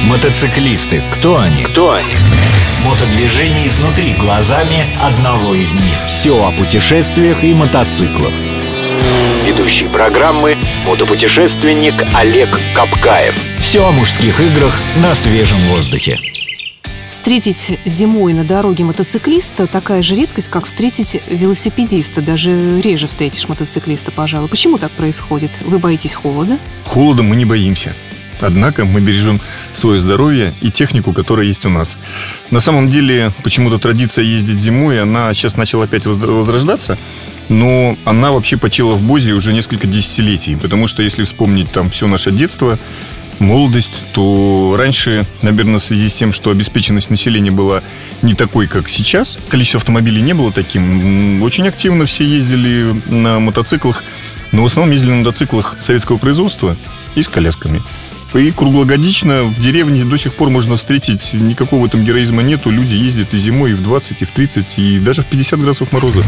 Мотоциклисты. Кто они? Мотодвижение изнутри глазами одного из них. Все о путешествиях и мотоциклах. Ведущий программы — мотопутешественник Олег Капкаев. Все о мужских играх на свежем воздухе. Встретить зимой на дороге мотоциклиста такая же редкость, как встретить велосипедиста. Даже реже встретишь мотоциклиста, пожалуй. Почему так происходит? Вы боитесь холода? Холода мы не боимся. Однако мы бережем свое здоровье и технику, которая есть у нас. На самом деле, почему-то традиция ездить зимой, она сейчас начала опять возрождаться, но она вообще почила в Бозе уже несколько десятилетий. Потому что если вспомнить там все наше детство, молодость, то раньше, наверное, в связи с тем, что обеспеченность населения была не такой, как сейчас, количество автомобилей не было таким, очень активно все ездили на мотоциклах, но в основном ездили на мотоциклах советского производства и с колясками. И круглогодично в деревне до сих пор можно встретить, никакого в этом героизма нету. Люди ездят и зимой, и в 20, и в 30, и даже в 50 градусов мороза.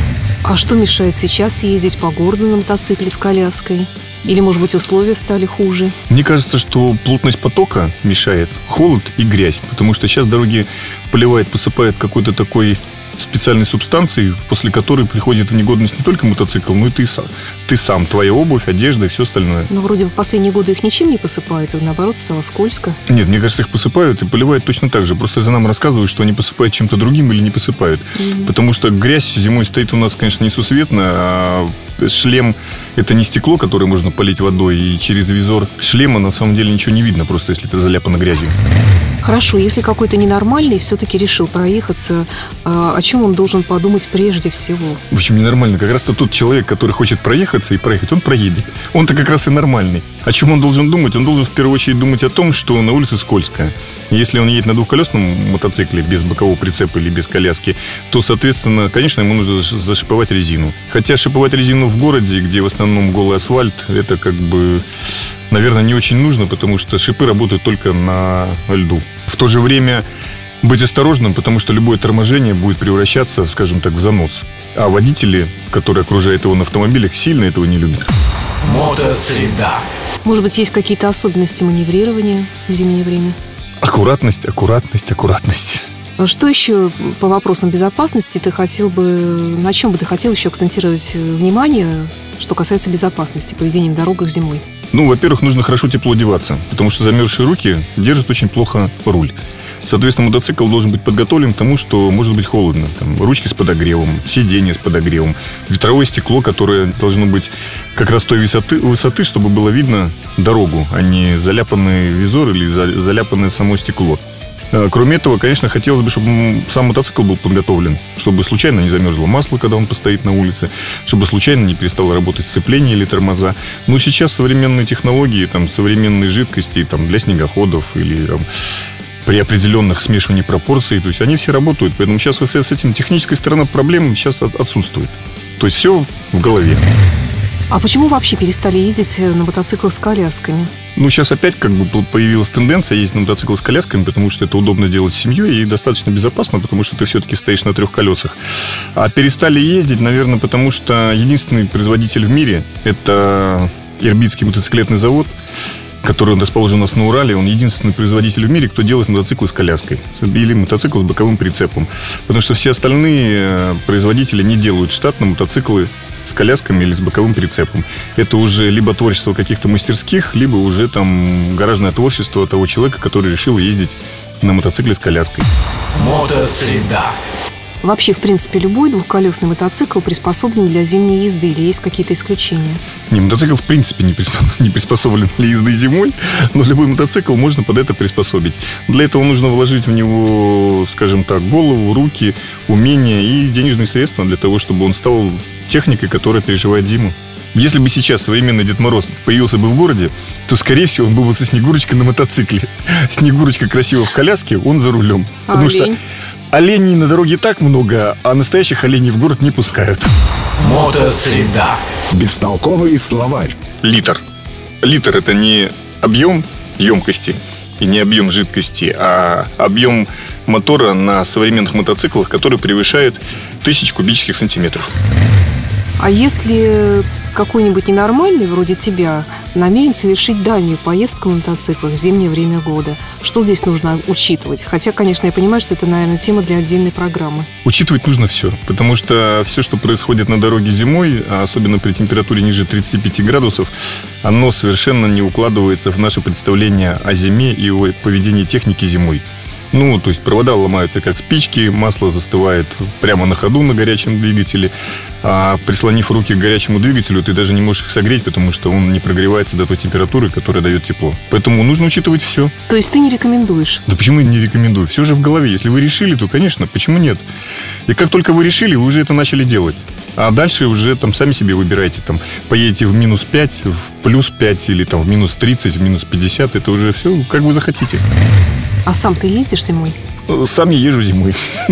А что мешает сейчас ездить по городу на мотоцикле с коляской? Или, может быть, условия стали хуже? Мне кажется, что плотность потока мешает холод и грязь. Потому что сейчас дороги поливает, посыпает какой-то такой специальной субстанцией, после которой приходит в негодность не только мотоцикл, но и ты сам, твоя обувь, одежда и все остальное. Но вроде в последние годы их ничем не посыпают, и наоборот стало скользко. Нет, мне кажется, их посыпают и поливают точно так же. Просто это нам рассказывают, что они посыпают чем-то другим или не посыпают. Потому что грязь зимой стоит у нас, конечно, несусветно, а шлем — это не стекло, которое можно полить водой, и через визор шлема на самом деле ничего не видно, просто если это заляпано грязью. Хорошо, если какой-то ненормальный все-таки решил проехаться, о чем он должен подумать прежде всего? В общем, ненормально. Как раз-то тот человек, который хочет проехаться и проехать, он проедет. Он-то как раз и нормальный. О чем он должен думать? Он должен в первую очередь думать о том, что на улице скользко. Если он едет на двухколесном мотоцикле без бокового прицепа или без коляски, то, соответственно, конечно, ему нужно зашиповать резину. Хотя шиповать резину в городе, где в основном голый асфальт, это как бы, наверное, не очень нужно, потому что шипы работают только на льду. В то же время быть осторожным, потому что любое торможение будет превращаться, скажем так, в занос. А водители, которые окружают его на автомобилях, сильно этого не любят. Мотосреда. Может быть, есть какие-то особенности маневрирования в зимнее время? Аккуратность. Что еще по вопросам безопасности на чем бы ты хотел еще акцентировать внимание, что касается безопасности поведения на дорогах зимой? Во-первых, нужно хорошо тепло одеваться, потому что замерзшие руки держат очень плохо руль. Соответственно, мотоцикл должен быть подготовлен к тому, что может быть холодно. Там ручки с подогревом, сиденье с подогревом, ветровое стекло, которое должно быть как раз той высоты, чтобы было видно дорогу, а не заляпанный визор или заляпанное само стекло. Кроме этого, конечно, хотелось бы, чтобы сам мотоцикл был подготовлен, чтобы случайно не замерзло масло, когда он постоит на улице, чтобы случайно не перестало работать сцепление или тормоза. Но сейчас современные технологии, современные жидкости для снегоходов или при определенных смешивании пропорций, то есть они все работают. Поэтому сейчас с этим техническая сторона проблем сейчас отсутствует. То есть все в голове. А почему вообще перестали ездить на мотоциклах с колясками? Сейчас опять появилась тенденция ездить на мотоциклах с колясками, потому что это удобно делать с семьей и достаточно безопасно, потому что ты все-таки стоишь на 3 колесах. А перестали ездить, наверное, потому что единственный производитель в мире – это Ирбитский мотоциклетный завод, который расположен у нас на Урале. Он единственный производитель в мире, кто делает мотоциклы с коляской или мотоцикл с боковым прицепом. Потому что все остальные производители не делают штатно мотоциклы с колясками или с боковым прицепом. Это уже либо творчество каких-то мастерских, либо уже гаражное творчество того человека, который решил ездить на мотоцикле с коляской. Мотосреда. Вообще, в принципе, любой двухколесный мотоцикл приспособлен для зимней езды или есть какие-то исключения? Мотоцикл в принципе не приспособлен для езды зимой, но любой мотоцикл можно под это приспособить. Для этого нужно вложить в него, скажем так, голову, руки, умения и денежные средства для того, чтобы он стал техникой, которая переживает зиму. Если бы сейчас современный Дед Мороз появился бы в городе, то, скорее всего, он был бы со Снегурочкой на мотоцикле. Снегурочка красиво в коляске, он за рулем. Потому что оленей на дороге так много, а настоящих оленей в город не пускают. Мотосреда. Бестолковый словарь. Литр. Литр – это не объем емкости и не объем жидкости, а объем мотора на современных мотоциклах, который превышает 1000 кубических сантиметров. А если какой-нибудь ненормальный, вроде тебя, намерен совершить дальнюю поездку на мотоциклах в зимнее время года. Что здесь нужно учитывать? Хотя, конечно, я понимаю, что это, наверное, тема для отдельной программы. Учитывать нужно все, потому что все, что происходит на дороге зимой, а особенно при температуре ниже 35 градусов, оно совершенно не укладывается в наше представление о зиме и о поведении техники зимой. То есть провода ломаются как спички, масло застывает прямо на ходу на горячем двигателе, а прислонив руки к горячему двигателю, ты даже не можешь их согреть, потому что он не прогревается до той температуры, которая дает тепло. Поэтому нужно учитывать все. То есть ты не рекомендуешь? Да почему я не рекомендую? Все же в голове. Если вы решили, то, конечно, почему нет? И как только вы решили, вы уже это начали делать. А дальше уже сами себе выбирайте. Поедете в минус 5, в плюс 5 или в минус 30, в минус 50. Это уже все, как вы захотите. А сам ты ездишь зимой? Сам я езжу зимой.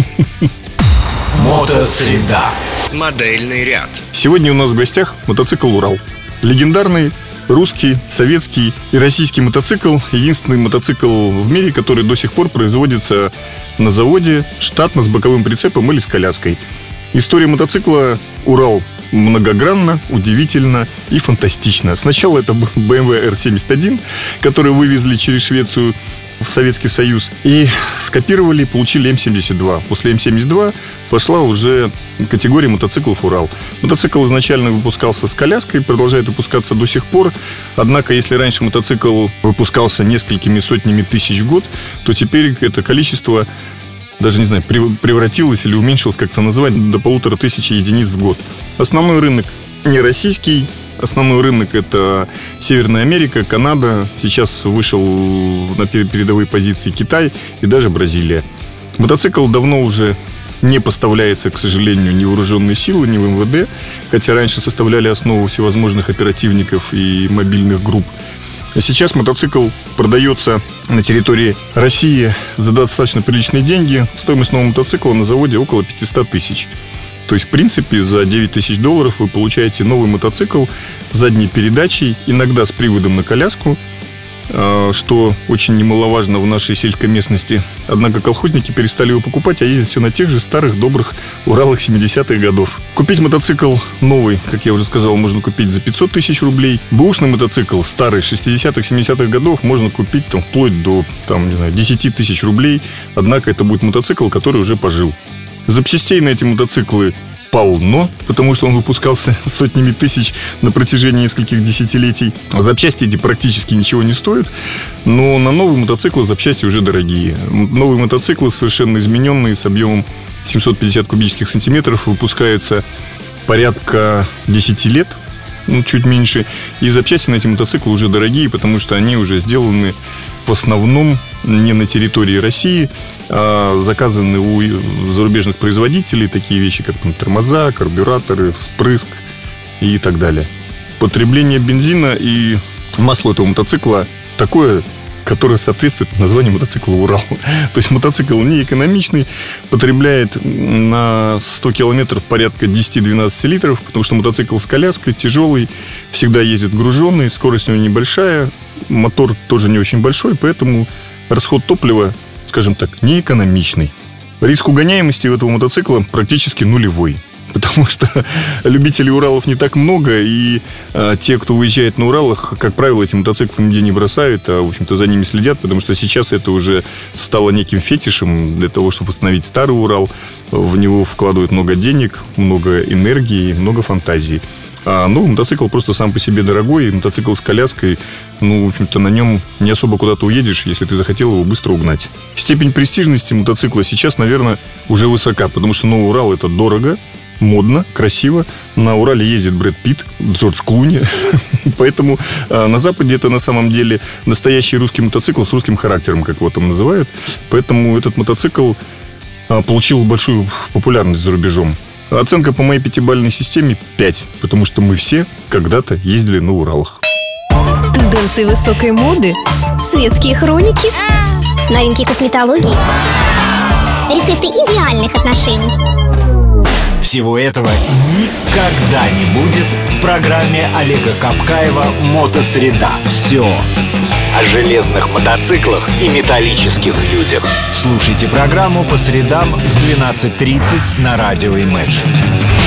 Мотосреда. Модельный ряд. Сегодня у нас в гостях мотоцикл «Урал». Легендарный русский, советский и российский мотоцикл. Единственный мотоцикл в мире, который до сих пор производится на заводе, штатно, с боковым прицепом или с коляской. История мотоцикла «Урал» многогранна, удивительна и фантастична. Сначала это был BMW R71, который вывезли через Швецию в Советский Союз и скопировали, получили М-72. После М-72 пошла уже категория мотоциклов «Урал». Мотоцикл изначально выпускался с коляской, продолжает выпускаться до сих пор. Однако, если раньше мотоцикл выпускался несколькими сотнями тысяч в год, то теперь это количество, даже не знаю, превратилось или уменьшилось, как это назвать, до 1500 единиц в год. Основной рынок не российский. Основной рынок – это Северная Америка, Канада. Сейчас вышел на передовые позиции Китай и даже Бразилия. Мотоцикл давно уже не поставляется, к сожалению, ни в вооруженные силы, ни в МВД, хотя раньше составляли основу всевозможных оперативников и мобильных групп. А сейчас мотоцикл продается на территории России за достаточно приличные деньги. Стоимость нового мотоцикла на заводе около 500 тысяч. То есть, в принципе, за $9000 вы получаете новый мотоцикл с задней передачей, иногда с приводом на коляску, что очень немаловажно в нашей сельской местности. Однако колхозники перестали его покупать, а ездят все на тех же старых добрых Уралах 70-х годов. Купить мотоцикл новый, как я уже сказал, можно купить за 500 тысяч рублей. Бэушный мотоцикл старый 60-х, 70-х годов можно купить вплоть до 10 тысяч рублей. Однако это будет мотоцикл, который уже пожил. Запчастей на эти мотоциклы полно, потому что он выпускался сотнями тысяч на протяжении нескольких десятилетий. Запчасти эти практически ничего не стоят, но на новые мотоциклы запчасти уже дорогие. Новые мотоциклы, совершенно измененные, с объемом 750 кубических сантиметров, выпускаются порядка 10 лет, чуть меньше. И запчасти на эти мотоциклы уже дорогие, потому что они уже сделаны в основном не на территории России, а заказаны у зарубежных производителей. Такие вещи, как тормоза, карбюраторы, вспрыск и так далее. Потребление бензина и масла этого мотоцикла такое, которое соответствует названию мотоцикла «Урал». То есть мотоцикл не экономичный, потребляет на 100 километров порядка 10-12 литров, потому что мотоцикл с коляской, тяжелый, всегда ездит груженный, скорость у него небольшая, мотор тоже не очень большой, поэтому расход топлива, скажем так, не экономичный. Риск угоняемости у этого мотоцикла практически нулевой. Потому что любителей Уралов не так много, и те, кто выезжает на Уралах, как правило, эти мотоциклы нигде не бросают, а, в общем-то, за ними следят, потому что сейчас это уже стало неким фетишем для того, чтобы восстановить старый Урал. В него вкладывают много денег, много энергии, много фантазии. А новый мотоцикл просто сам по себе дорогой, и мотоцикл с коляской, в общем-то, на нем не особо куда-то уедешь, если ты захотел его быстро угнать. Степень престижности мотоцикла сейчас, наверное, уже высока, потому что новый Урал – это дорого, модно, красиво. На Урале ездит Брэд Питт, Джордж Клуни. Поэтому на Западе это на самом деле настоящий русский мотоцикл с русским характером, как его там называют. Поэтому этот мотоцикл получил большую популярность за рубежом. Оценка по моей 5-бальной системе 5, потому что мы все когда-то ездили на Уралах. Тенденции высокой моды, светские хроники, новинки косметологии, рецепты идеальных отношений. Всего этого никогда не будет в программе Олега Капкаева «Мотосреда». Все О железных мотоциклах и металлических людях. слушайте программу по средам в 12:30 на радио Imagine.